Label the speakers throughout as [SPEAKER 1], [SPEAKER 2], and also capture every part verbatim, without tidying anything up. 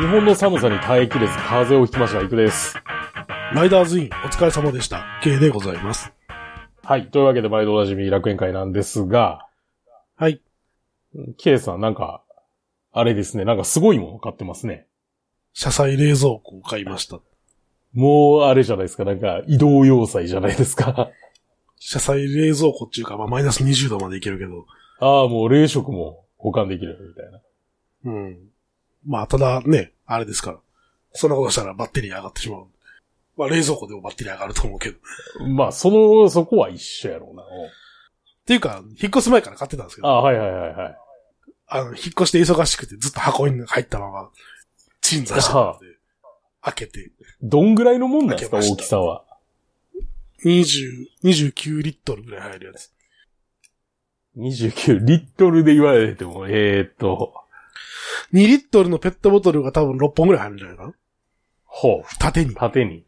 [SPEAKER 1] 日本の寒さに耐えきれず風邪をひきました。いくです。
[SPEAKER 2] ライダーズインお疲れ様でした。K でございます。
[SPEAKER 1] はい。というわけで毎度おなじみ楽園会なんですが。
[SPEAKER 2] はい。
[SPEAKER 1] K さんなんか、あれですね。なんかすごいもの買ってますね。
[SPEAKER 2] 車載冷蔵庫を買いました。
[SPEAKER 1] もうあれじゃないですか。なんか移動要塞じゃないですか。
[SPEAKER 2] 車載冷蔵庫っていうか、まあマイナスにじゅうどまでいけるけど。
[SPEAKER 1] ああ、もう冷食も保管できるみたいな。
[SPEAKER 2] うん。まあただね、あれですから。そんなことしたらバッテリー上がってしまう。まあ冷蔵庫でもバッテリー上がると思うけど。
[SPEAKER 1] まあその、そこは一緒やろうな。
[SPEAKER 2] っていうか、引っ越す前から買ってたんですけど。
[SPEAKER 1] ああ、はいはいはいはい。
[SPEAKER 2] あの、引っ越して忙しくてずっと箱に入ったまま、鎮座してたので、開けて。
[SPEAKER 1] どんぐらいのもんなんですか、大きさは。
[SPEAKER 2] にじゅう、にじゅうきゅうリットルぐらい入るやつ。
[SPEAKER 1] にじゅうきゅうリットルで言われても、えーっと。
[SPEAKER 2] にリットルのペットボトルが多分ろっぽんぐらい入るんじゃないかな。
[SPEAKER 1] ほう。
[SPEAKER 2] 縦に。
[SPEAKER 1] 縦に。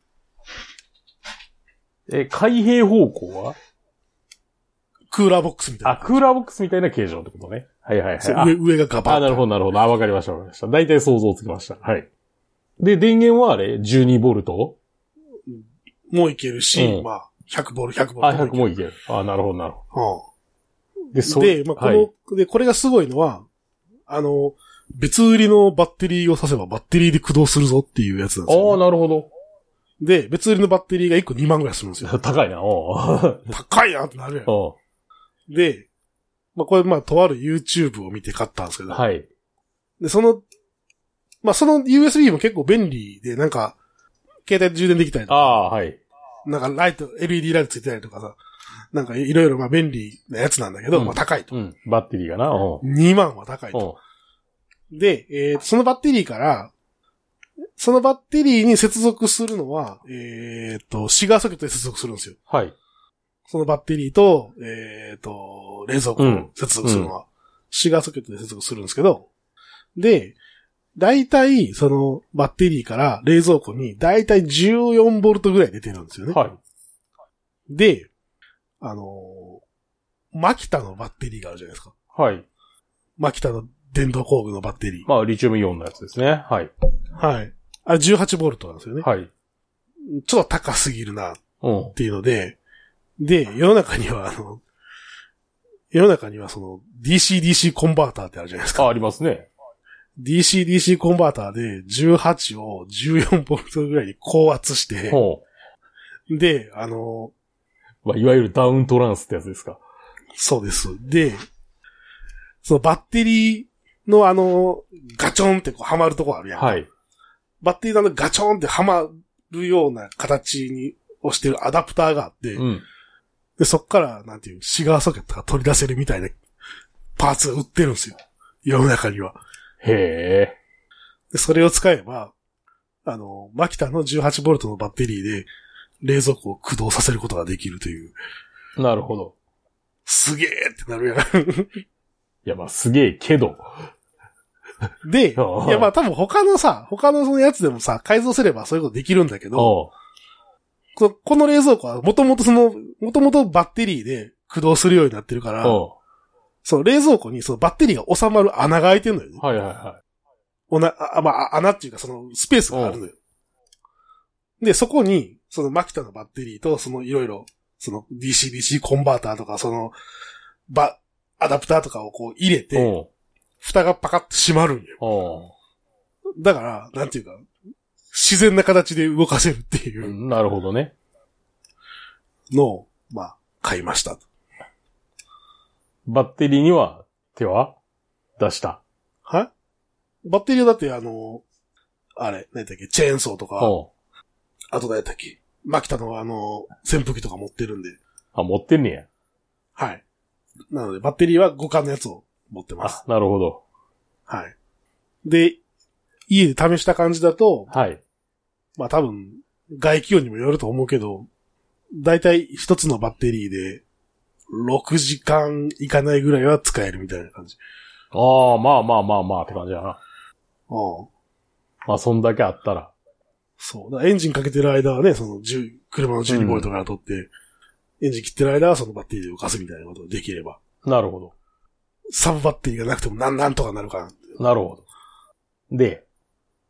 [SPEAKER 1] え、開閉方向は
[SPEAKER 2] クーラーボックスみたいな。
[SPEAKER 1] あ、クーラーボックスみたいな形状ってことね。はいはいはい。
[SPEAKER 2] 上、上がガバッ。
[SPEAKER 1] あ、なるほどなるほど。あ、わかりましたわかりました。大体想像つきました。はい。で、電源はあれ ?じゅうにボルト
[SPEAKER 2] もういけるし、
[SPEAKER 1] うん、
[SPEAKER 2] まあ、ひゃくボルト、ひゃくボルト。
[SPEAKER 1] あ、ひゃくもいける。あ、なるほどなるほど。
[SPEAKER 2] うん、で、そで、まあ、この、はい、で、これがすごいのは、あの、別売りのバッテリーを挿せばバッテリーで駆動するぞっていうやつなんですよ、ね。
[SPEAKER 1] ああ、なるほど。
[SPEAKER 2] で、別売りのバッテリーがいっこにまんぐらいするんですよ。
[SPEAKER 1] 高いな、お
[SPEAKER 2] 高いなってなるやん。おで、まあ、これ、まあ、とある YouTube を見て買ったんですけど。
[SPEAKER 1] はい。
[SPEAKER 2] で、その、まあ、その ユーエスビー も結構便利で、なんか、携帯で充電できたりとか。
[SPEAKER 1] ああ、はい。
[SPEAKER 2] なんか、ライト、エルイーディー ライトついてたりとかさ、なんか、いろいろまあ、便利なやつなんだけど、うん、まあ、高いと。
[SPEAKER 1] うん。バッテリーがな、お
[SPEAKER 2] にまんは高いと。で、えー、そのバッテリーから、そのバッテリーに接続するのは、えーと、シガーソケットで接続するんですよ。
[SPEAKER 1] はい。
[SPEAKER 2] そのバッテリーと、えーと、冷蔵庫を接続するのは、うん、シガーソケットで接続するんですけど、で、だいたい、その、バッテリーから冷蔵庫に、だいたいじゅうよんボルトぐらい出てるんですよね。
[SPEAKER 1] はい。
[SPEAKER 2] で、あのー、マキタのバッテリーがあるじゃないですか。
[SPEAKER 1] はい。
[SPEAKER 2] マキタの電動工具のバッテリー。
[SPEAKER 1] まあ、リチウムイオンのやつですね。はい。
[SPEAKER 2] はい。あれじゅうはちボルトなんですよね。
[SPEAKER 1] はい。
[SPEAKER 2] ちょっと高すぎるな、っていうので、うん、で、世の中には、あの、世の中にはその、ディーシーディーシー コンバーターってあるじゃないですか。
[SPEAKER 1] あ、ありますね。
[SPEAKER 2] ディーシーディーシー コンバーターでじゅうはちをじゅうよんボルトぐらいに高圧して、で、あの、
[SPEAKER 1] まあ、いわゆるダウントランスってやつですか。
[SPEAKER 2] そうです。で、そのバッテリーのあの、ガチョンってこうはまるとこあるやん。
[SPEAKER 1] はい。
[SPEAKER 2] バッテリーのガチョンってはまるような形に押してるアダプターがあって、うん、でそっからなんていうシガーソケットが取り出せるみたいなパーツが売ってるんですよ。世の中には。
[SPEAKER 1] へえ。
[SPEAKER 2] でそれを使えば、あの、マキタのじゅうはちボルトのバッテリーで冷蔵庫を駆動させることができるという。
[SPEAKER 1] なるほど。
[SPEAKER 2] すげーってなるやん。
[SPEAKER 1] いや、まあ、すげえけど。
[SPEAKER 2] で、いや、まあ、多分他のさ、他のそのやつでもさ、改造すればそういうことできるんだけど、こ, この冷蔵庫はもともとその、もともとバッテリーで駆動するようになってるから、その冷蔵庫にそのバッテリーが収まる穴が開いてるのよね。
[SPEAKER 1] はいはいはい。
[SPEAKER 2] おな、あ、まあ、穴っていうかそのスペースがあるのよ。で、そこに、そのマキタのバッテリーと、そのいろいろ、その ディーシーディーシー コンバーターとか、その、バ、アダプターとかをこう入れて、蓋がパカッと閉まるんよ。だから、なんていうか、自然な形で動かせるっていう。
[SPEAKER 1] うん、なるほどね。
[SPEAKER 2] のを、まあ、買いましたと。
[SPEAKER 1] バッテリーには手は出した。
[SPEAKER 2] はバッテリーだってあの、あれ、何だっけ、チェーンソーとか、あと何だっけ、マキタのあの、扇風機とか持ってるんで。
[SPEAKER 1] あ、持ってんねや。
[SPEAKER 2] はい。なので、バッテリーは互換のやつを持ってます。
[SPEAKER 1] あ、なるほど。
[SPEAKER 2] はい。で、家で試した感じだと、
[SPEAKER 1] はい。
[SPEAKER 2] まあ多分、外気温にもよると思うけど、だいたい一つのバッテリーで、ろくじかんいかないぐらいは使えるみたいな感じ。
[SPEAKER 1] ああ、まあまあまあまあって感じだな。あ
[SPEAKER 2] あ。
[SPEAKER 1] まあ、そんだけあったら。
[SPEAKER 2] そう。だからエンジンかけてる間はね、そのじゅう、車のじゅうにボルトから取って、うん、エンジン切ってる間はそのバッテリーで動かすみたいなことができれば。
[SPEAKER 1] なるほど。
[SPEAKER 2] サブバッテリーがなくてもなんなんとかなるかな。
[SPEAKER 1] なるほど。で、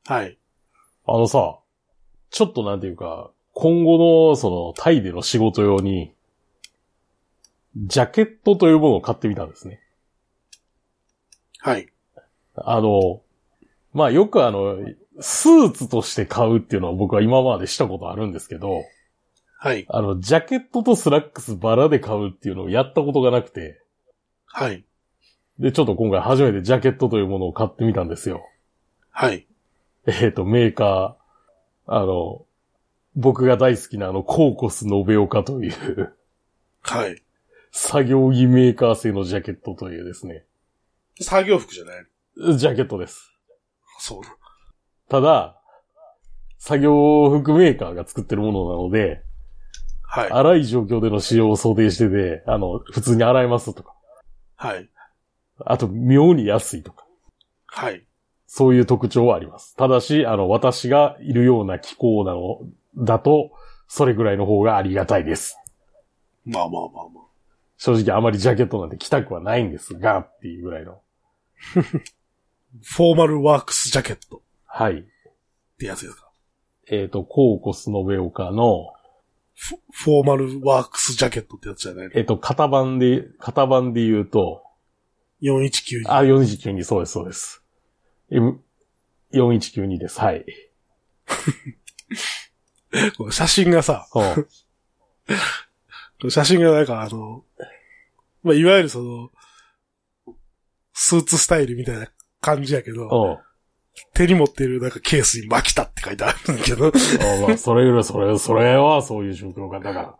[SPEAKER 2] はい。
[SPEAKER 1] あのさ、ちょっとなんていうか、今後のそのタイでの仕事用に、ジャケットというものを買ってみたんですね。
[SPEAKER 2] はい。
[SPEAKER 1] あの、まあよくあの、スーツとして買うっていうのは僕は今までしたことあるんですけど、
[SPEAKER 2] はい。
[SPEAKER 1] あの、ジャケットとスラックスバラで買うっていうのをやったことがなくて、
[SPEAKER 2] はい。
[SPEAKER 1] で、ちょっと今回初めてジャケットというものを買ってみたんですよ。
[SPEAKER 2] はい。
[SPEAKER 1] えっと、メーカー、あの、僕が大好きなあの、コーコスノベオカという、
[SPEAKER 2] はい。
[SPEAKER 1] 作業着メーカー製のジャケットというですね。
[SPEAKER 2] 作業服じゃない
[SPEAKER 1] ジャケットです。
[SPEAKER 2] そう。
[SPEAKER 1] ただ、作業服メーカーが作ってるものなので、
[SPEAKER 2] はい。
[SPEAKER 1] 荒い状況での使用を想定してて、あの、普通に洗えますとか。
[SPEAKER 2] はい。
[SPEAKER 1] あと、妙に安いとか。
[SPEAKER 2] はい。
[SPEAKER 1] そういう特徴はあります。ただし、あの、私がいるような気候なのだと、それぐらいの方がありがたいです。
[SPEAKER 2] まあまあまあまあ。
[SPEAKER 1] 正直あまりジャケットなんて着たくはないんですが、っていうぐらいの。
[SPEAKER 2] フォーマルワークスジャケット。
[SPEAKER 1] はい。
[SPEAKER 2] ってやつですか？
[SPEAKER 1] えっと、コーコスノベオカの、
[SPEAKER 2] フ、フォーマルワークスジャケットってやつじゃないの？
[SPEAKER 1] えっと、型番で、型番で言うと、
[SPEAKER 2] よんいちきゅうに。
[SPEAKER 1] あ、よんいちきゅうに、そうです、そうです。M、よんいちきゅうにです、はい。
[SPEAKER 2] これ写真がさ、写真がなんかあの、まあ、いわゆるその、スーツスタイルみたいな感じやけど、手に持ってるなんかケースにマキタって書いてあるんだけど。
[SPEAKER 1] あまあ、それぐらい、それ、それはそういう状況か。だから。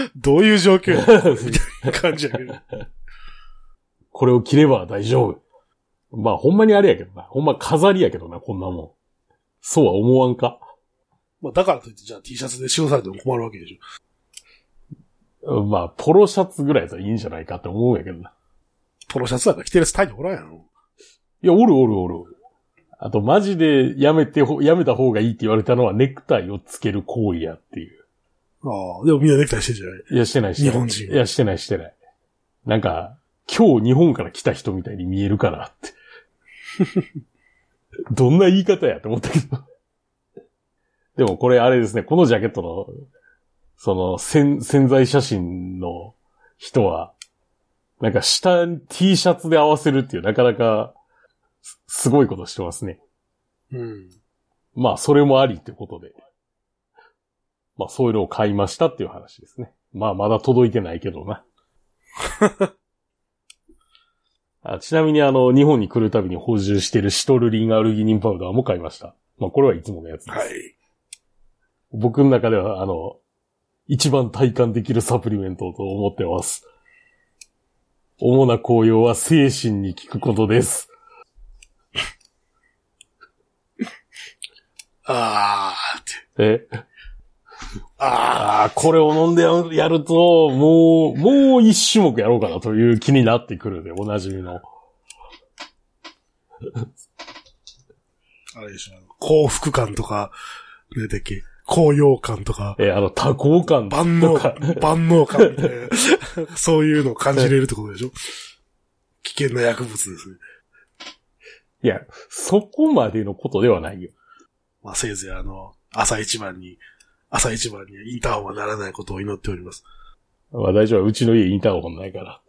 [SPEAKER 2] どういう状況やみたいな感じやけど。
[SPEAKER 1] これを着れば大丈夫。まあ、ほんまにあれやけどな。ほんま飾りやけどな、こんなもん。そうは思わんか。
[SPEAKER 2] まあ、だからといって、じゃあ T シャツで使用されても困るわけでし
[SPEAKER 1] ょ。まあ、ポロシャツぐらいだったらいいんじゃないかって思うんやけどな。
[SPEAKER 2] ポロシャツなんか着てるスタイルおらんやろ。
[SPEAKER 1] いや、おるおるおる。あと、マジでやめて、やめた方がいいって言われたのはネクタイをつける行為やっていう。
[SPEAKER 2] ああ、でもみんなネクタイしてんじゃない？
[SPEAKER 1] いや、してないしてない。
[SPEAKER 2] 日本人。
[SPEAKER 1] いや、してないしてない。なんか、今日日本から来た人みたいに見えるからって。どんな言い方やって思ったけど。でもこれあれですね、このジャケットの、その、潜在写真の人は、なんか下に T シャツで合わせるっていうなかなか、すごいことしてますね。
[SPEAKER 2] うん。
[SPEAKER 1] まあ、それもありってことで。まあ、そういうのを買いましたっていう話ですね。まあ、まだ届いてないけどな。あちなみにあの、日本に来るたびに補充してるシトルリンアルギニンパウダーも買いました。まあ、これはいつものやつです。
[SPEAKER 2] はい。
[SPEAKER 1] 僕の中ではあの、一番体感できるサプリメントと思ってます。主な効用は精神に効くことです。
[SPEAKER 2] あーって。
[SPEAKER 1] えああ、これを飲んでやると、もう、もう一種目やろうかなという気になってくるで、おなじみの。
[SPEAKER 2] あれでしょ、幸福感とか、ねだっけ、高揚感とか。
[SPEAKER 1] え、あの、多幸感とか。
[SPEAKER 2] 万能感、万能感みたいな、そういうのを感じれるってことでしょ。危険な薬物ですね。
[SPEAKER 1] いや、そこまでのことではないよ。
[SPEAKER 2] まあ、せいぜいあの、朝一番に、朝一番にインターホンはならないことを祈っております。
[SPEAKER 1] まあ大丈夫。うちの家インターホンないからって。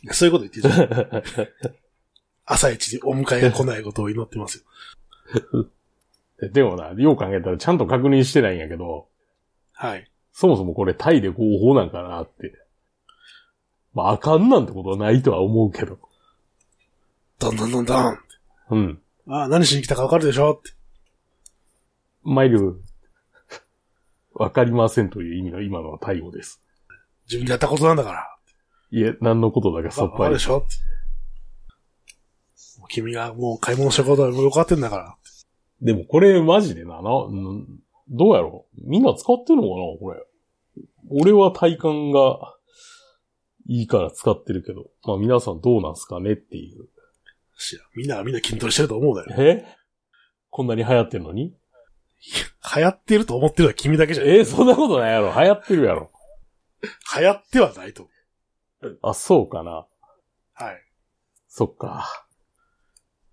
[SPEAKER 2] そういうこと言ってるじゃん。朝一にお迎えが来ないことを祈ってます
[SPEAKER 1] よ。でもな、よう考えたらちゃんと確認してないんやけど。
[SPEAKER 2] はい。
[SPEAKER 1] そもそもこれタイで合法なんかなって。まああかんなんてことはないとは思うけど。
[SPEAKER 2] どんどんどんどん。
[SPEAKER 1] うん。
[SPEAKER 2] ああ、何しに来たかわかるでしょって。
[SPEAKER 1] マイル、わかりませんという意味の今のはタイ語です。
[SPEAKER 2] 自分でやったことなんだから。
[SPEAKER 1] いえ、何のことだかさっぱり。
[SPEAKER 2] わかるでしょって。君がもう買い物したことはもうよかってんだから。
[SPEAKER 1] でもこれマジでな、な、どうやろうみんな使ってるのかなこれ。俺は体感がいいから使ってるけど。まあ皆さんどうなんすかねっていう。
[SPEAKER 2] 知らん。みんなはみんな筋トレしてると思うだよ。
[SPEAKER 1] えこんなに流行ってるのに
[SPEAKER 2] 流行ってると思ってるのは君だけじゃん。
[SPEAKER 1] えー、そんなことないやろ。流行ってるやろ。
[SPEAKER 2] 流行ってはないと思う。
[SPEAKER 1] あ、そうかな。
[SPEAKER 2] はい。
[SPEAKER 1] そっか。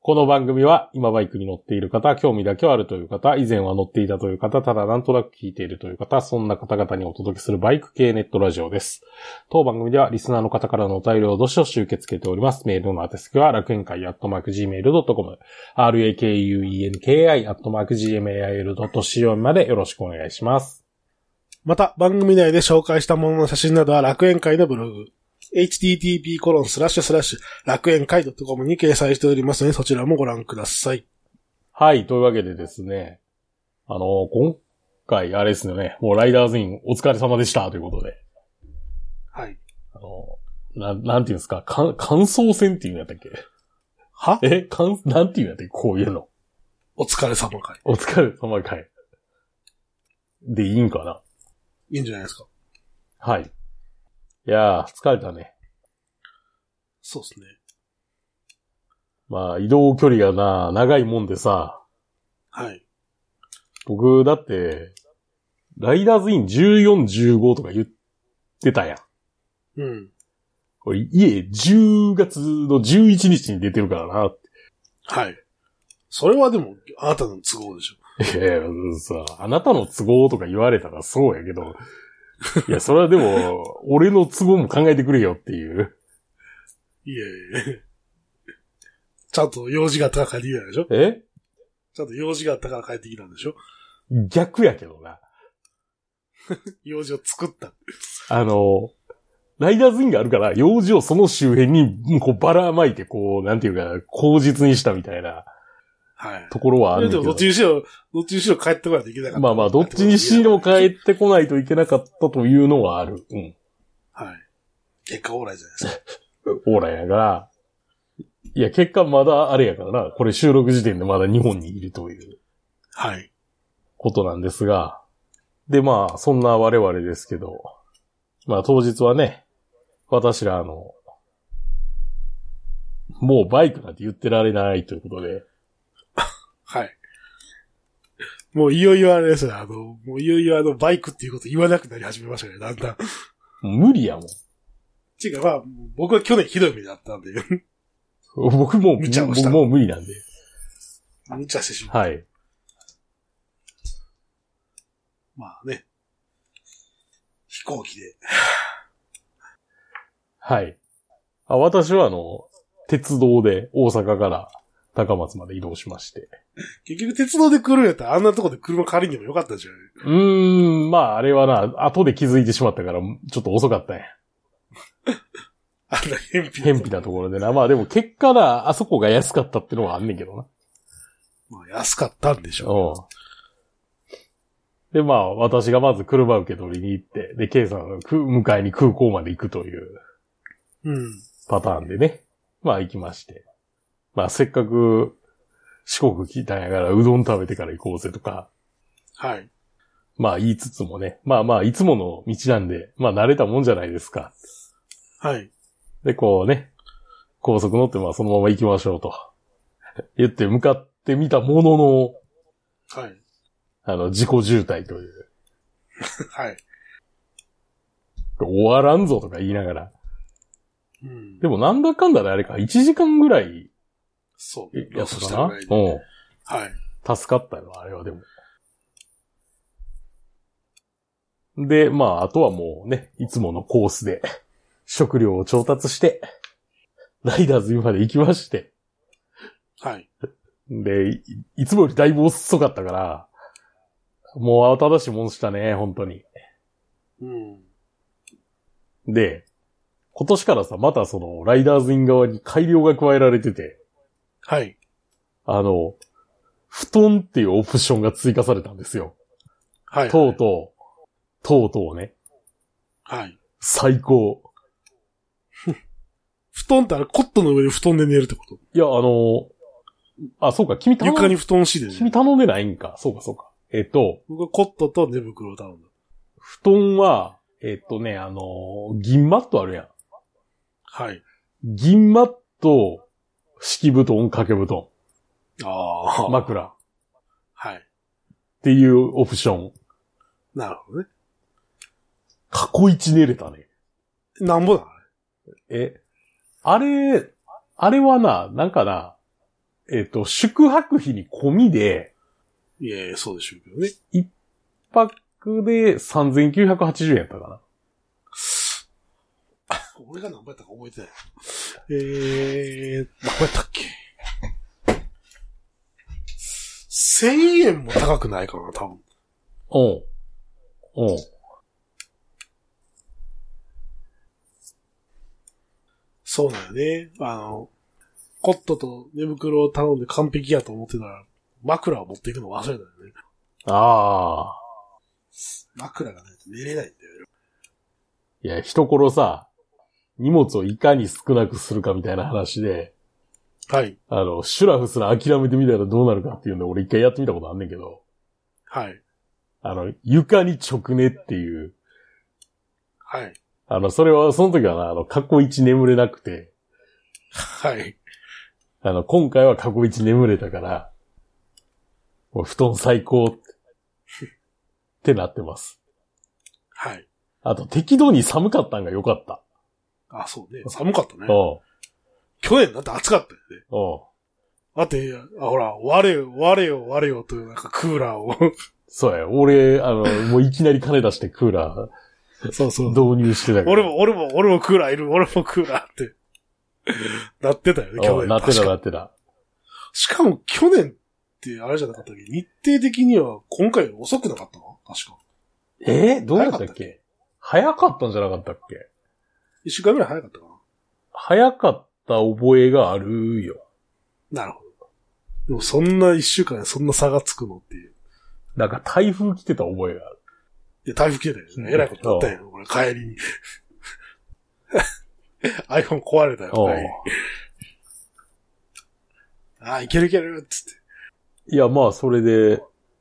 [SPEAKER 1] この番組は今バイクに乗っている方、興味だけはあるという方、以前は乗っていたという方、ただなんとなく聞いているという方、そんな方々にお届けするバイク系ネットラジオです。当番組ではリスナーの方からのお便りをどしどし受け付けております。メールの宛先は楽園会アットマーク ジーメールドットコム、ラクエンカイ アットマーク ジーメールドットシーオー までよろしくお願いします。
[SPEAKER 2] また、番組内で紹介したものの写真などは楽園会のブログ、エイチティーティーピーコロンスラッシュスラッシュ楽園会 .com に掲載しておりますので、そちらもご覧ください。
[SPEAKER 1] はい、というわけでですね、あの、今回あれですよね、もうライダーズインお疲れ様でしたということで。
[SPEAKER 2] はい。
[SPEAKER 1] あの、な、なんていうんですか、か感想戦っていうんやったっけ？
[SPEAKER 2] は
[SPEAKER 1] えかん、なんていうんやったっけこういうの。
[SPEAKER 2] お疲れ様会。
[SPEAKER 1] お疲れ様会。でいいんかない
[SPEAKER 2] いんじゃないですか。
[SPEAKER 1] はい。いやー、疲れたね。
[SPEAKER 2] そうですね。
[SPEAKER 1] まあ、移動距離がな、長いもんでさ。
[SPEAKER 2] はい。
[SPEAKER 1] 僕、だって、ライダーズインじゅうよん、じゅうごとか言ってたやん。
[SPEAKER 2] うん。
[SPEAKER 1] これ、家、じゅうがつのじゅういちにちに出てるからな。
[SPEAKER 2] はい。それはでも、あなたの都合でしょ。
[SPEAKER 1] いやいや、さ、あなたの都合とか言われたらそうやけど、いや、それはでも、俺の都合も考えてくれよっていう。
[SPEAKER 2] いやいやちゃんと用事があったから帰ってきたんでしょ？
[SPEAKER 1] え？
[SPEAKER 2] ちゃんと用事があったから帰ってきたんでしょ？
[SPEAKER 1] 逆やけどな。
[SPEAKER 2] 用事を作った。
[SPEAKER 1] あの、ライダーズインがあるから、用事をその周辺に、こう、ばらまいて、こう、なんていうか、口実にしたみたいな、はい。ところはあるけど。
[SPEAKER 2] でも、どっちにしろ、どっちにしろ帰ってこないといけなかった。
[SPEAKER 1] まあまあ、どっちにしろ帰ってこないといけなかったというのはある。うん。
[SPEAKER 2] はい。結果オーライじゃないですか。
[SPEAKER 1] オーライやから、いや、結果まだあれやからな。これ収録時点でまだ日本にいるという。
[SPEAKER 2] はい。こと
[SPEAKER 1] なんですが。で、まあ、そんな我々ですけど。まあ、当日はね、私らあの、もうバイクなんて言ってられないということで。
[SPEAKER 2] はい。もういよいよあれですよ。あの、もういよいよあの、バイクっていうこと言わなくなり始めましたね、だんだん。
[SPEAKER 1] 無理やもん。
[SPEAKER 2] ていうかまあ、僕は去年ひどい目だったんで。
[SPEAKER 1] 僕も、無茶をした。僕もう無理なんで。
[SPEAKER 2] 無茶してしまう。
[SPEAKER 1] はい。
[SPEAKER 2] まあね。飛行機で。
[SPEAKER 1] はい。あ、私はあの、鉄道で大阪から高松まで移動しまして。
[SPEAKER 2] 結局鉄道で来るんやったらあんなとこで車借りんでもよかったんじゃないう
[SPEAKER 1] ーん、まああれはな、後で気づいてしまったから、ちょっと遅かったんや。
[SPEAKER 2] あんな偏僻
[SPEAKER 1] な。偏僻なところでな。まあでも結果な、あそこが安かったってのはあんねんけどな。
[SPEAKER 2] まあ安かったんでしょ
[SPEAKER 1] う。で、まあ私がまず車受け取りに行って、で、Kさんが迎えに空港まで行くという。
[SPEAKER 2] うん。
[SPEAKER 1] パターンでね。まあ行きまして。まあせっかく四国来たんやからうどん食べてから行こうぜとか。
[SPEAKER 2] はい。
[SPEAKER 1] まあ言いつつもね。まあまあいつもの道なんで、まあ慣れたもんじゃないですか。
[SPEAKER 2] はい。
[SPEAKER 1] で、こうね。高速乗ってまあそのまま行きましょうと。言って向かってみたものの。
[SPEAKER 2] はい。
[SPEAKER 1] あの、自己渋滞という。
[SPEAKER 2] はい。
[SPEAKER 1] 終わらんぞとか言いながら。
[SPEAKER 2] うん、
[SPEAKER 1] でもなんだかんだであれか、いちじかんぐらい。
[SPEAKER 2] そう。
[SPEAKER 1] やったかな？うん。
[SPEAKER 2] はい。
[SPEAKER 1] 助かったよ、あれはでも。で、まあ、あとはもうね、いつものコースで、食料を調達して、ライダーズまで行きまして。
[SPEAKER 2] はい。
[SPEAKER 1] でい、いつもよりだいぶ遅かったから、もう慌ただしいもんしたね、本当に。
[SPEAKER 2] うん。
[SPEAKER 1] で、今年からさ、またその、ライダーズイン側に改良が加えられてて。
[SPEAKER 2] はい。
[SPEAKER 1] あの、布団っていうオプションが追加されたんですよ。
[SPEAKER 2] はい、はい。
[SPEAKER 1] とうとう、とうとうね。
[SPEAKER 2] はい。
[SPEAKER 1] 最高。
[SPEAKER 2] 布団ってあれ、コットの上で布団で寝るってこと？
[SPEAKER 1] いや、あの、あ、そうか、君頼ん
[SPEAKER 2] 床に布団敷いてね。
[SPEAKER 1] 君頼んでないんか。そうか、そうか。えっと。
[SPEAKER 2] 僕はコットと寝袋を頼んだ。
[SPEAKER 1] 布団は、えっとね、あの、銀マットあるやん。
[SPEAKER 2] はい。
[SPEAKER 1] 銀マット、敷布団、掛け布団。
[SPEAKER 2] ああ。
[SPEAKER 1] 枕。
[SPEAKER 2] はい。
[SPEAKER 1] っていうオプション。
[SPEAKER 2] なるほどね。
[SPEAKER 1] 過去一寝れたね。
[SPEAKER 2] なんぼだ
[SPEAKER 1] え、あれ、あれはな、なんかな、 えっと、宿泊費に込みで、
[SPEAKER 2] いやいや、そうでしょうけどね。
[SPEAKER 1] 一泊でさんぜんきゅうひゃくはちじゅうえんやったかな。
[SPEAKER 2] 俺が何倍やったか覚えてない。えー、何倍やったっけせんえんも高くないかな、多分。
[SPEAKER 1] おう。おう。
[SPEAKER 2] そうだよね。あの、コットと寝袋を頼んで完璧やと思ってたら、枕を持っていくの忘れたよね。
[SPEAKER 1] ああ。
[SPEAKER 2] 枕がないと寝れないんだよね。
[SPEAKER 1] いや、一頃さ、荷物をいかに少なくするかみたいな話で、
[SPEAKER 2] はい。
[SPEAKER 1] あの、シュラフすら諦めてみたらどうなるかっていうんで、俺一回やってみたことあんねんけど、
[SPEAKER 2] はい。
[SPEAKER 1] あの、床に直寝っていう、
[SPEAKER 2] はい。
[SPEAKER 1] あの、それは、その時はな、あの、過去一眠れなくて、
[SPEAKER 2] はい。
[SPEAKER 1] あの、今回は過去一眠れたから、もう布団最高って、ってなってます。
[SPEAKER 2] はい。
[SPEAKER 1] あと、適度に寒かったんが良かった。
[SPEAKER 2] あ、そうね。寒かったね。
[SPEAKER 1] おう。
[SPEAKER 2] 去年だって暑かったよね。
[SPEAKER 1] おう。
[SPEAKER 2] だって、あ、ほら、我よ、我よ、我よというなんかクーラーを。
[SPEAKER 1] そうや、俺、あの、もういきなり金出してクーラー、
[SPEAKER 2] そうそう。
[SPEAKER 1] 導入してたから。
[SPEAKER 2] 俺も、俺も、俺もクーラーいる、俺もクーラーって。なってたよね、去年。
[SPEAKER 1] なってた、なってた。
[SPEAKER 2] しかも去年ってあれじゃなかったっけ？日程的には今回より遅くなかったの？確か。
[SPEAKER 1] えー、どうだったっけ？早かったんじゃなかったっけ？
[SPEAKER 2] 一週間ぐらい早かったかな。
[SPEAKER 1] 早かった覚えがあるよ。
[SPEAKER 2] なるほど。でもそんな一週間でそんな差がつくのっていう。
[SPEAKER 1] なんか台風来てた覚えがある。
[SPEAKER 2] いや、台風来てたよね。えらいことだったんやろ、これ帰りに。iPhone 壊れたよ、帰りに。ああ、いけるいけるっつって。
[SPEAKER 1] いや、まあ、それで、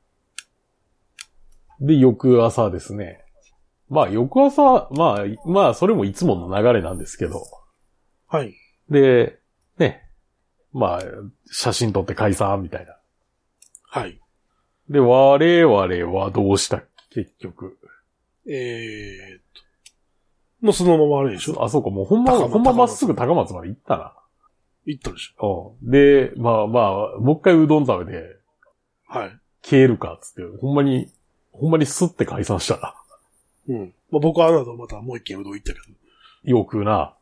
[SPEAKER 1] で、翌朝ですね。まあ、翌朝、まあ、まあ、それもいつもの流れなんですけど。
[SPEAKER 2] はい。
[SPEAKER 1] で、ね。まあ、写真撮って解散みたいな。
[SPEAKER 2] はい。
[SPEAKER 1] で、我々はどうしたっけ、結局。
[SPEAKER 2] えーっと。もうそのままあれでしょ？
[SPEAKER 1] あ、そうか、もうほんま、ほんままっすぐ高松まで行ったな。
[SPEAKER 2] 行ったでしょ。
[SPEAKER 1] うん。で、まあまあ、もう一回うどん食べて、
[SPEAKER 2] はい。
[SPEAKER 1] 消えるかっつって、ほんまに、ほんまにスッて解散したな。
[SPEAKER 2] うん。まあ、僕はあの後またもう一軒うどん行ったけど。
[SPEAKER 1] よくな。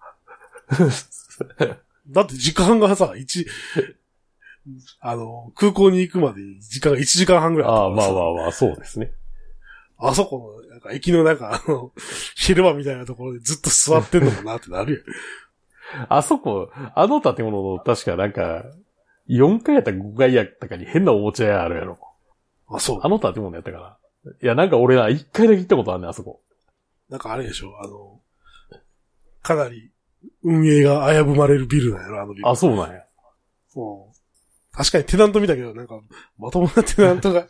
[SPEAKER 2] だって時間がさ、一、あの、空港に行くまで時間がいちじかんはんぐらいあった
[SPEAKER 1] ああ、まあ
[SPEAKER 2] からさ。
[SPEAKER 1] まあまあ、そうですね。
[SPEAKER 2] あそこの、なんか駅のなんかあの、広場みたいなところでずっと座ってんのかなってなるよ。
[SPEAKER 1] あそこ、あの建物の確かなんか、よんかいやったかごかいやったかに変なおもちゃ屋あるやろ。
[SPEAKER 2] あ、そう。
[SPEAKER 1] あの建物やったかな。いや、なんか俺ないっかいだけ行ったことあんねん、あそこ。
[SPEAKER 2] なんかあれでしょ、あの、かなり運営が危ぶまれるビルなんやろ、あのビル。
[SPEAKER 1] あ、そうなんや。
[SPEAKER 2] うん。確かにテナント見たけど、なんか、まともなテナントが、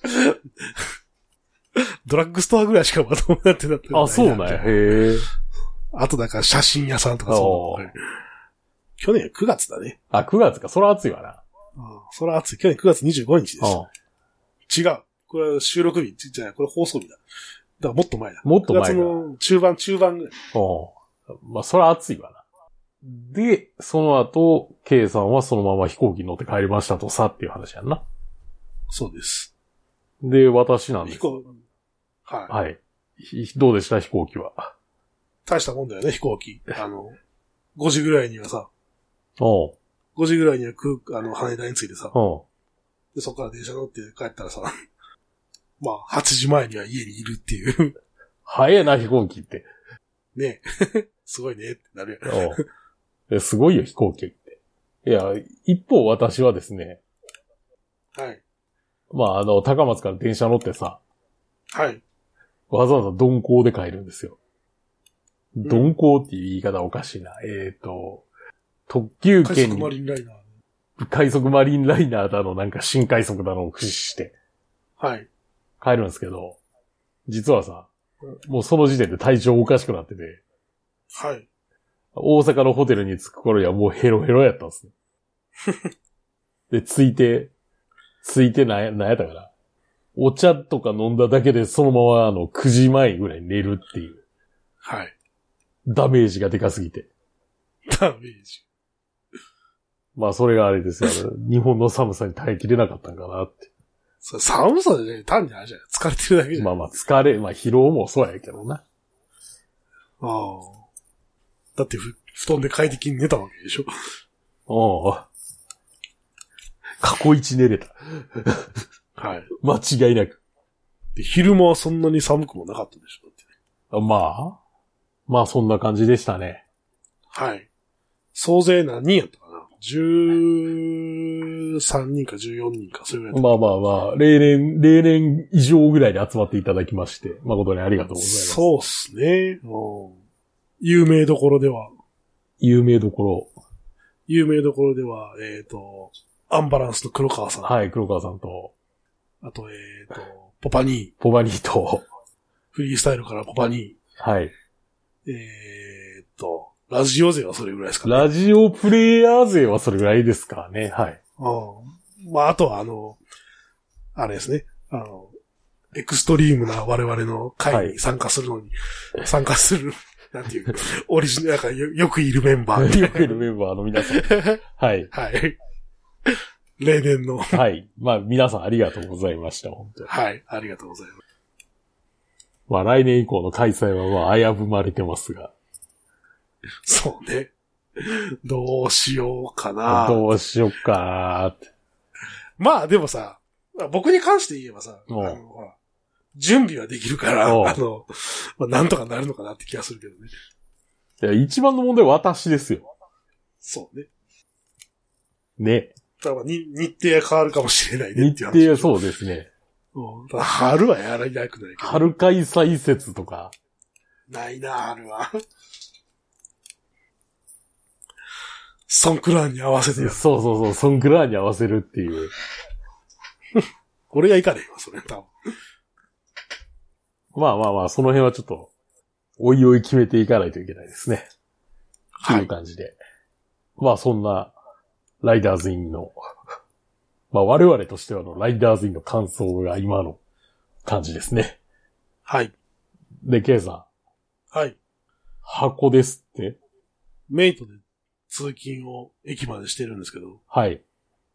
[SPEAKER 2] ドラッグストアぐらいしかまともなテナントがない。
[SPEAKER 1] あ、そうなんや。へえ。
[SPEAKER 2] あとなんか写真屋さんとかそう、ね。去年くがつだね。
[SPEAKER 1] あ、くがつか。そら暑いわな。
[SPEAKER 2] うん。そら暑い。去年くがつにじゅうごにちでした。違う。これは収録日。じゃない、これ放送日だ。だからもっと前だ。
[SPEAKER 1] もっと前だ。
[SPEAKER 2] くがつの中盤、中盤ぐらい。
[SPEAKER 1] うん。まあ、そら暑いわな。で、その後、K さんはそのまま飛行機に乗って帰りましたとさっていう話やんな。
[SPEAKER 2] そうです。
[SPEAKER 1] で、私なんです。
[SPEAKER 2] 飛行、はい。
[SPEAKER 1] はい。どうでした飛行機は。
[SPEAKER 2] 大したもんだよね、飛行機。あの、ごじぐらいにはさ、
[SPEAKER 1] おう。
[SPEAKER 2] ごじぐらいには空、あの、羽田に着いてさ、
[SPEAKER 1] おう。
[SPEAKER 2] で、そこから電車乗って帰ったらさ、まあ、はちじまえには家にいるっていう。
[SPEAKER 1] 早いな、飛行機って。
[SPEAKER 2] ねすごいねってなるやん。
[SPEAKER 1] おう。すごいよ、飛行機って。いや、一方私はですね。
[SPEAKER 2] はい。
[SPEAKER 1] まあ、あの、高松から電車乗ってさ。
[SPEAKER 2] はい。
[SPEAKER 1] わざわざ鈍行で帰るんですよ。鈍行っていう言い方はおかしいな。うん、えっ、ー、と、特急券に。
[SPEAKER 2] 快速マリンライナー。
[SPEAKER 1] 快速マリンライナーだの、なんか新快速だのを駆使して。
[SPEAKER 2] はい。
[SPEAKER 1] 帰るんですけど、実はさ、もうその時点で体調おかしくなってて。
[SPEAKER 2] はい。
[SPEAKER 1] 大阪のホテルに着く頃にはもうヘロヘロやったんですね。で、着いて、着いてな、なんやったかな。お茶とか飲んだだけでそのままあのくじまえぐらい寝るっていう。
[SPEAKER 2] はい。
[SPEAKER 1] ダメージがでかすぎて。
[SPEAKER 2] ダメージ。
[SPEAKER 1] まあそれがあれですよ。日本の寒さに耐えきれなかったんかなって。
[SPEAKER 2] それ寒さでね、単にあれじゃない。疲れてるだけじゃん。
[SPEAKER 1] まあまあ疲れ、まあ疲労もそうやけどな。
[SPEAKER 2] ああ。だってふ、布団で快適に寝たわけでしょ。
[SPEAKER 1] ああ。過去一寝れた。
[SPEAKER 2] はい。
[SPEAKER 1] 間違いなく。
[SPEAKER 2] で、昼間はそんなに寒くもなかったでしょ。だって
[SPEAKER 1] あまあ。まあそんな感じでしたね。
[SPEAKER 2] はい。総勢何人やったかな ?じゅうさんにんかじゅうよんにんか、そういうやつ。
[SPEAKER 1] まあまあまあ、例年、例年以上ぐらいで集まっていただきまして、誠にありがとうございます。
[SPEAKER 2] そうっすね。うん、有名どころでは。
[SPEAKER 1] 有名どころ。
[SPEAKER 2] 有名どころでは、えっ、ー、と、アンバランスの黒川さん。
[SPEAKER 1] はい、黒川さんと。
[SPEAKER 2] あと、えっ、ー、と、ポパニー。
[SPEAKER 1] ポパニーと。
[SPEAKER 2] フリースタイルからポパニー。
[SPEAKER 1] はい。
[SPEAKER 2] えっ、ー、と、ラジオ勢はそれぐらいですかね。
[SPEAKER 1] ラジオプレイヤー勢はそれぐらいですかね。はい。
[SPEAKER 2] うん。まあ、あとはあの、あれですね。あの、エクストリームな我々の会に参加するのに、はい、参加する、なんていう、オリジナル、なんかよ、よくいるメンバー。
[SPEAKER 1] よくいるメンバーの皆さん。はい。
[SPEAKER 2] はい。例年の。
[SPEAKER 1] はい。まあ、皆さんありがとうございました、本当に。
[SPEAKER 2] はい。ありがとうございます。
[SPEAKER 1] まあ、来年以降の開催はまあ、危ぶまれてますが。
[SPEAKER 2] そうね。どうしようかな。
[SPEAKER 1] どうしようかなって。
[SPEAKER 2] まあでもさ、僕に関して言えばさ、あのほら準備はできるから、あの、まあ、なんとかなるのかなって気がするけどね。
[SPEAKER 1] いや、一番の問題は私ですよ。
[SPEAKER 2] そうね。
[SPEAKER 1] ね。
[SPEAKER 2] だからに日程が変わるかもしれないねっていう話。
[SPEAKER 1] 日程はそうですね。
[SPEAKER 2] うん、ただ春はやらなくないけど。
[SPEAKER 1] 春開催説とか。
[SPEAKER 2] ないな、春は。ソンクラーンに合わせてやる。
[SPEAKER 1] そうそうそう、ソンクラーンに合わせるっていう。
[SPEAKER 2] 俺が行かねえわ、それ、多分。
[SPEAKER 1] まあまあまあ、その辺はちょっと、おいおい決めていかないといけないですね。はい。という感じで。まあそんな、ライダーズインの、まあ我々としてはのライダーズインの感想が今の感じですね。
[SPEAKER 2] はい。
[SPEAKER 1] で、ケイさ
[SPEAKER 2] ん。はい。
[SPEAKER 1] 箱ですって？
[SPEAKER 2] メイトで通勤を駅までしてるんですけど。
[SPEAKER 1] はい。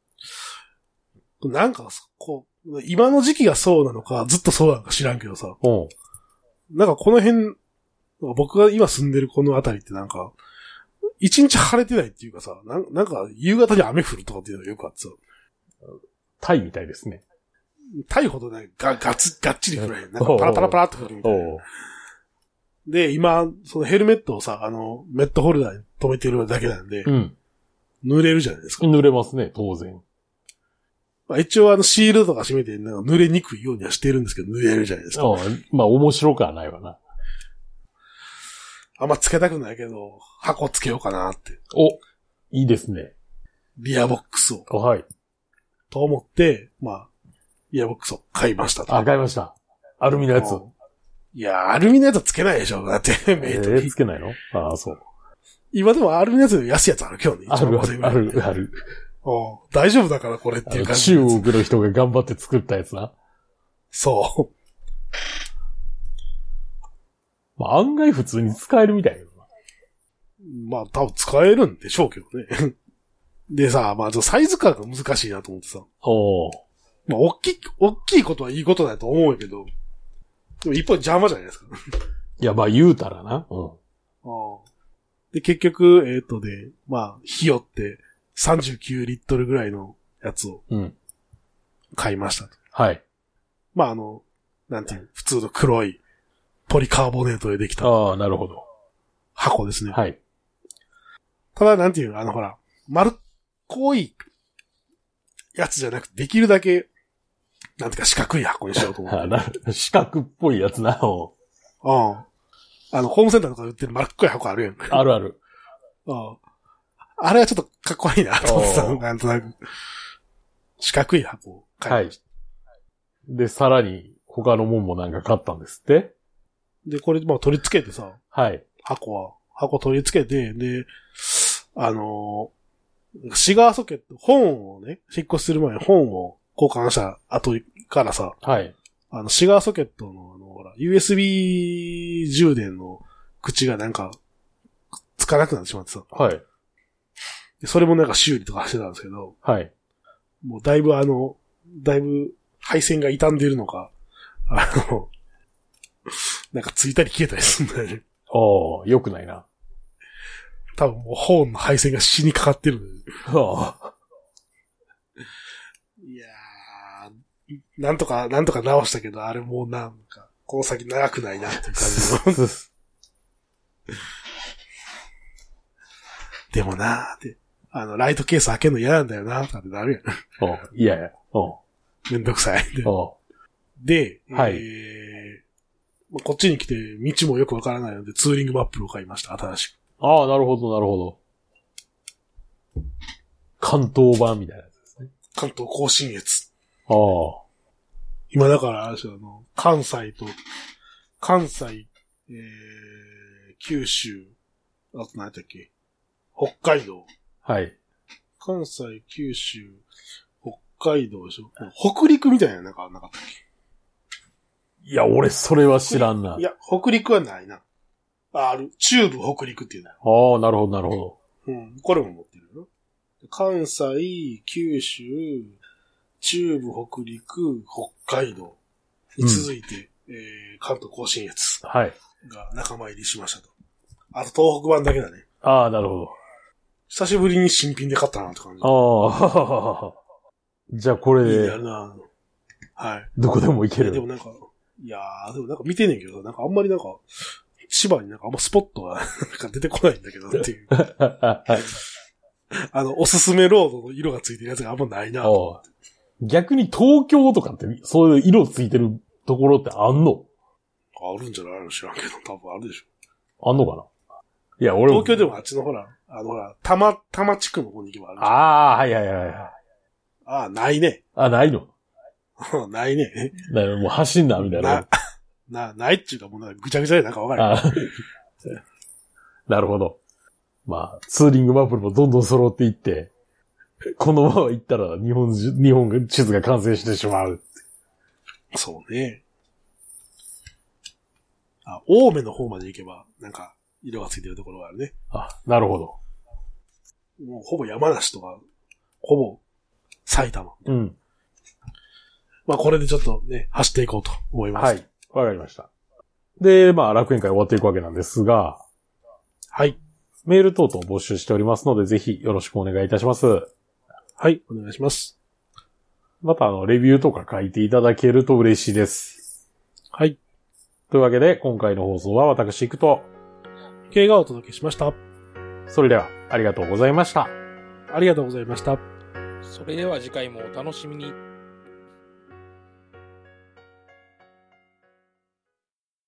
[SPEAKER 2] なんか、こう、今の時期がそうなのか、ずっとそうなのか知らんけどさ。
[SPEAKER 1] うん。
[SPEAKER 2] なんかこの辺、僕が今住んでるこの辺りってなんか、一日晴れてないっていうかさ、なんなんか夕方に雨降るとかっていうのがよくあってさ。
[SPEAKER 1] タイみたいですね。
[SPEAKER 2] タイほどね、が、がつ、がっちり降らへん。なんかパラパラパラって降るみたいな。で、今、そのヘルメットをさ、あの、メットホルダーに留めてるだけなんで、うん、濡れるじゃないですか。
[SPEAKER 1] 濡れますね、当然。
[SPEAKER 2] まあ、一応あのシールドとか締めて、なんか濡れにくいようにはしてるんですけど、濡れるじゃないですか。
[SPEAKER 1] まあ、面白くはないわな。
[SPEAKER 2] あんまつけたくないけど、箱つけようかなって。
[SPEAKER 1] お、いいですね。
[SPEAKER 2] リアボックスを。
[SPEAKER 1] はい。
[SPEAKER 2] と思って、まあ、リアボックスを買いましたと。
[SPEAKER 1] あ、買いました。アルミのやつ。
[SPEAKER 2] いや、アルミのやつはつけないでしょ。だって、メイトに。
[SPEAKER 1] えー、つけないの？ああ、そう。
[SPEAKER 2] 今でもアルミのやつで安いやつある今日ね。
[SPEAKER 1] ある、ある、ある。
[SPEAKER 2] 大丈夫だからこれっていう感じ。
[SPEAKER 1] 中国の人が頑張って作ったやつな。
[SPEAKER 2] そう。
[SPEAKER 1] まあ、案外普通に使えるみたいな。
[SPEAKER 2] まあ、多分使えるんでしょうけどね。でさ、まあ、サイズ感が難しいなと思ってさ。
[SPEAKER 1] おー。
[SPEAKER 2] まあ、大きい、大きいことはいいことだと思うけど、でも一方邪魔じゃないですか。
[SPEAKER 1] いや、まあ言うたらな。うん。あ
[SPEAKER 2] で、結局、えっとで、まあ、ひよってさんじゅうきゅうリットルぐらいのやつを、買いましたと、うん。
[SPEAKER 1] はい。
[SPEAKER 2] まあ、あの、なんていう、普通の黒いポリカーボネートでできた。
[SPEAKER 1] ああ、なるほど。
[SPEAKER 2] 箱ですね。
[SPEAKER 1] はい。
[SPEAKER 2] ただ、なんていう、あの、ほら、丸っこいやつじゃなくて、できるだけ、なんていうか四角い箱にしようと思って。
[SPEAKER 1] 四角っぽいやつな。
[SPEAKER 2] うん。あの、ホームセンターとかで売ってる丸っこい箱あるやん。
[SPEAKER 1] あるある。
[SPEAKER 2] うん。あれはちょっとかっこいいなと思ってた。なんとなく。四角い箱を買いました。
[SPEAKER 1] はい。で、さらに他のもんもなんか買ったんですって？
[SPEAKER 2] で、これ、まあ取り付けてさ。
[SPEAKER 1] はい。
[SPEAKER 2] 箱は。箱取り付けて、で、あのー、シガーソケット、本をね、引っ越しする前に本を交換した後からさ。
[SPEAKER 1] はい。
[SPEAKER 2] あの、シガーソケットの、あの、ほら、ユーエスビー 充電の口がなんか、つかなくなってしまってさ。
[SPEAKER 1] はい。
[SPEAKER 2] でそれもなんか修理とかしてたんですけど、
[SPEAKER 1] はい。
[SPEAKER 2] もうだいぶあの、だいぶ配線が傷んでるのか、あの、なんかついたり消えたりするんだよね。
[SPEAKER 1] おー、良くないな。
[SPEAKER 2] 多分もうホーンの配線が死にかかってる。
[SPEAKER 1] はあ。
[SPEAKER 2] いやー、なんとか、なんとか直したけど、あれもうなんか、この先長くないなっていう感じの。でもなーって、あの、ライトケース開けるの嫌なんだよなーってなるやん。
[SPEAKER 1] おいやいや。お
[SPEAKER 2] めんどくさい。
[SPEAKER 1] お
[SPEAKER 2] で、
[SPEAKER 1] はい
[SPEAKER 2] えー、こっちに来て道もよくわからないので、ツーリングマップを買いました、新しく。
[SPEAKER 1] ああ、なるほど、なるほど。関東版みたいなやつですね。
[SPEAKER 2] 関東甲信越。
[SPEAKER 1] ああ。
[SPEAKER 2] 今だから、あれですよ、あの、関西と、関西、えー、九州、あと何やったっけ、北海道。
[SPEAKER 1] はい。
[SPEAKER 2] 関西、九州、北海道でしょ。北陸みたいななんかなかったっ
[SPEAKER 1] いや、俺それは知らんな。
[SPEAKER 2] け。いや、北陸はないな。あ、ある。中部北陸っていうの。
[SPEAKER 1] ああ、なるほど、なるほど。
[SPEAKER 2] うん。これも持ってるよ。関西、九州、中部北陸、北海道に続いて、うん、えー、関東甲信越。
[SPEAKER 1] はい。
[SPEAKER 2] が仲間入りしましたと。あと東北版だけだね。
[SPEAKER 1] ああ、なるほど。
[SPEAKER 2] 久しぶりに新品で買ったなって感じ。
[SPEAKER 1] ああ、じゃあこれで。
[SPEAKER 2] いいやるな。はい。
[SPEAKER 1] どこでも行ける。
[SPEAKER 2] でもなんか、いやー、でもなんか見てんねんけど、なんかあんまりなんか、千葉になんかあんまスポットがなんか出てこないんだけどっていう。あの、おすすめロードの色がついてるやつがあんまないな。
[SPEAKER 1] 逆に東京とかってそういう色ついてるところってあんの？
[SPEAKER 2] あるんじゃないの知らんけど、多分あるでし
[SPEAKER 1] ょ。あんのかな？いや、俺も。
[SPEAKER 2] 東京でもあっちのほら、あのほら、多摩、多摩地区の方に行けばある。
[SPEAKER 1] ああ、はいはいはいはい。
[SPEAKER 2] ああ、ないね。
[SPEAKER 1] あ、ないの？
[SPEAKER 2] ないね。
[SPEAKER 1] だからもう走んな、みたいな。
[SPEAKER 2] な、な、ないっちゅうかもうなんかぐちゃぐちゃでなんかわからない。
[SPEAKER 1] なるほど。まあ、ツーリングマップもどんどん揃っていって、このまま行ったら日本、日本地図が完成してしまう。
[SPEAKER 2] そうね。あ、青梅の方まで行けば、なんか、色がついてるところがあるね。
[SPEAKER 1] あ、なるほど。
[SPEAKER 2] もうほぼ山梨とか、ほぼ埼玉。
[SPEAKER 1] うん。
[SPEAKER 2] まあこれでちょっとね、走っていこうと思います。
[SPEAKER 1] はい。わかりました。で、まあ楽園会終わっていくわけなんですが、
[SPEAKER 2] はい。
[SPEAKER 1] メール等々募集しておりますので、ぜひよろしくお願いいたします。
[SPEAKER 2] はい、お願いします。
[SPEAKER 1] また、あの、レビューとか書いていただけると嬉しいです。
[SPEAKER 2] はい。
[SPEAKER 1] というわけで、今回の放送は私行くと、
[SPEAKER 2] K がお届けしました。
[SPEAKER 1] それでは、ありがとうございました。
[SPEAKER 2] ありがとうございました。
[SPEAKER 3] それでは次回もお楽しみに。